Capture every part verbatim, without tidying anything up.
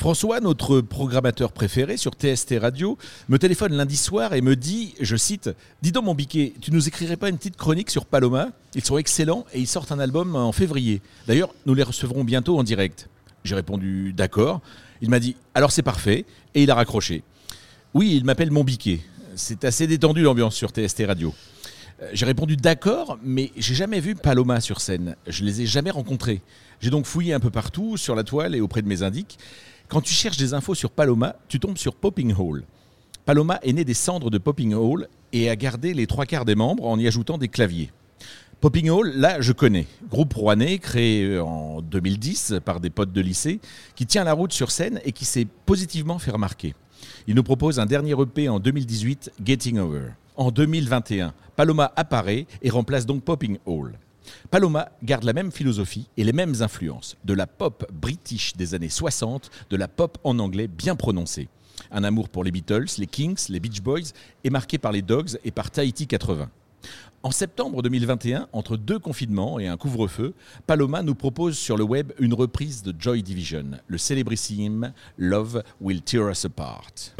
François, notre programmateur préféré sur T S T Radio, me téléphone lundi soir et me dit, je cite, « Dis donc mon biquet, tu nous écrirais pas une petite chronique sur Paloma ? Ils sont excellents et ils sortent un album en février. D'ailleurs, nous les recevrons bientôt en direct. » J'ai répondu « D'accord ». Il m'a dit « Alors c'est parfait » et il a raccroché. Oui, il m'appelle mon biquet. C'est assez détendu l'ambiance sur T S T Radio. J'ai répondu d'accord, mais j'ai jamais vu Paloma sur scène. Je les ai jamais rencontrés. J'ai donc fouillé un peu partout, sur la toile et auprès de mes indices. Quand tu cherches des infos sur Paloma, tu tombes sur Popping Hall. Paloma est né des cendres de Popping Hall et a gardé les trois quarts des membres en y ajoutant des claviers. Popping Hall, là, je connais. Groupe rouennais créé en deux mille dix par des potes de lycée qui tient la route sur scène et qui s'est positivement fait remarquer. Il nous propose un dernier E P en deux mille dix-huit, Getting Over. En deux mille vingt et un, Paloma apparaît et remplace donc Popping Hall. Paloma garde la même philosophie et les mêmes influences, de la pop british des années soixante, de la pop en anglais bien prononcée. Un amour pour les Beatles, les Kings, les Beach Boys est marqué par les Dogs et par Tahiti quatre-vingts. En septembre deux mille vingt et un, entre deux confinements et un couvre-feu, Paloma nous propose sur le web une reprise de Joy Division, le célébrissime Love Will Tear Us Apart.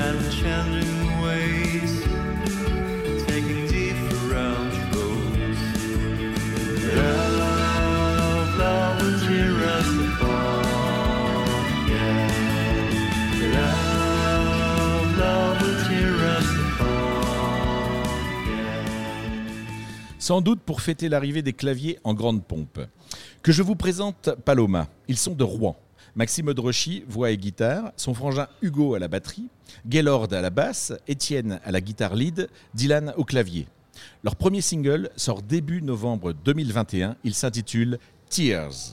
Sans doute pour fêter l'arrivée des claviers en grande pompe. Que je vous présente Paloma. Ils sont de Rouen. Maxime Drochy, voix et guitare, son frangin Hugo à la batterie, Gaylord à la basse, Étienne à la guitare lead, Dylan au clavier. Leur premier single sort début novembre deux mille vingt et un. Il s'intitule Tears.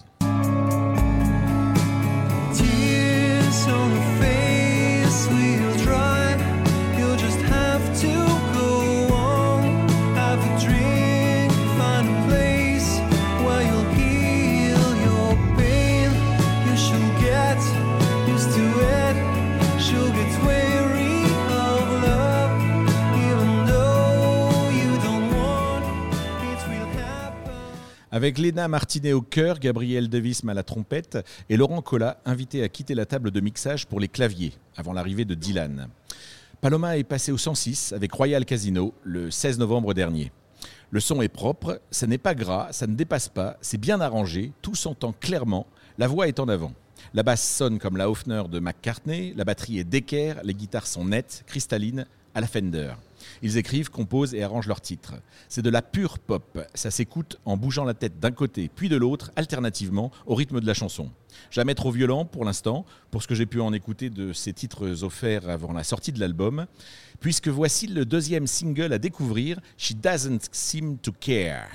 Tears on the face will dry. You'll just have to go on. Have a drink, find a place where you'll heal your pain. You should get used to it. She'll get weary of love, even though you don't want it will happen. Avec Léna Martinet au chœur, Gabriel Devisme à la trompette et Laurent Collat invité à quitter la table de mixage pour les claviers avant l'arrivée de Dylan. Paloma est passé au cent six avec Royal Casino le seize novembre dernier. Le son est propre, ça n'est pas gras, ça ne dépasse pas, c'est bien arrangé, tout s'entend clairement, la voix est en avant. La basse sonne comme la Hofner de McCartney, la batterie est d'équerre, les guitares sont nettes, cristallines, à la Fender. Ils écrivent, composent et arrangent leurs titres. C'est de la pure pop, ça s'écoute en bougeant la tête d'un côté puis de l'autre, alternativement, au rythme de la chanson. Jamais trop violent pour l'instant, pour ce que j'ai pu en écouter de ces titres offerts avant la sortie de l'album, puisque voici le deuxième single à découvrir, She Doesn't Seem to Care.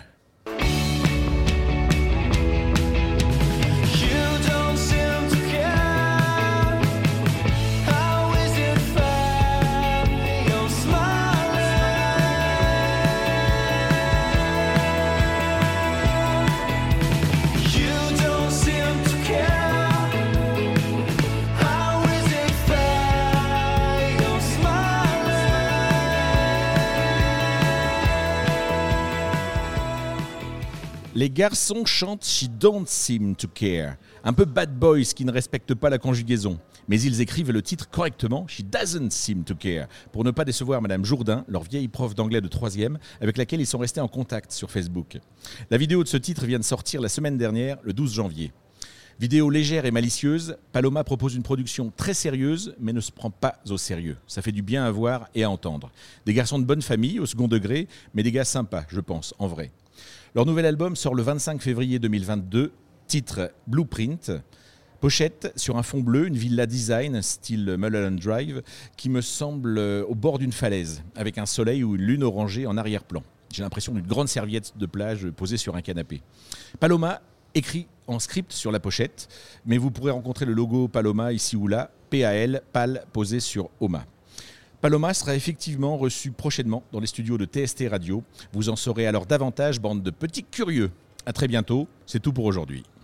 Les garçons chantent She Don't Seem to Care, un peu bad boys qui ne respectent pas la conjugaison. Mais ils écrivent le titre correctement, She Doesn't Seem to Care, pour ne pas décevoir Madame Jourdain, leur vieille prof d'anglais de troisième, avec laquelle ils sont restés en contact sur Facebook. La vidéo de ce titre vient de sortir la semaine dernière, le douze janvier. Vidéo légère et malicieuse, Paloma propose une production très sérieuse, mais ne se prend pas au sérieux. Ça fait du bien à voir et à entendre. Des garçons de bonne famille, au second degré, mais des gars sympas, je pense, en vrai. Leur nouvel album sort le vingt-cinq février deux mille vingt-deux, titre Blueprint, pochette sur un fond bleu, une villa design style Mulholland Drive qui me semble au bord d'une falaise, avec un soleil ou une lune orangée en arrière-plan. J'ai l'impression d'une grande serviette de plage posée sur un canapé. Paloma écrit en script sur la pochette, mais vous pourrez rencontrer le logo Paloma ici ou là, P A L, Pal, posé sur Oma. Paloma sera effectivement reçu prochainement dans les studios de T S T Radio. Vous en saurez alors davantage, bande de petits curieux. À très bientôt, c'est tout pour aujourd'hui.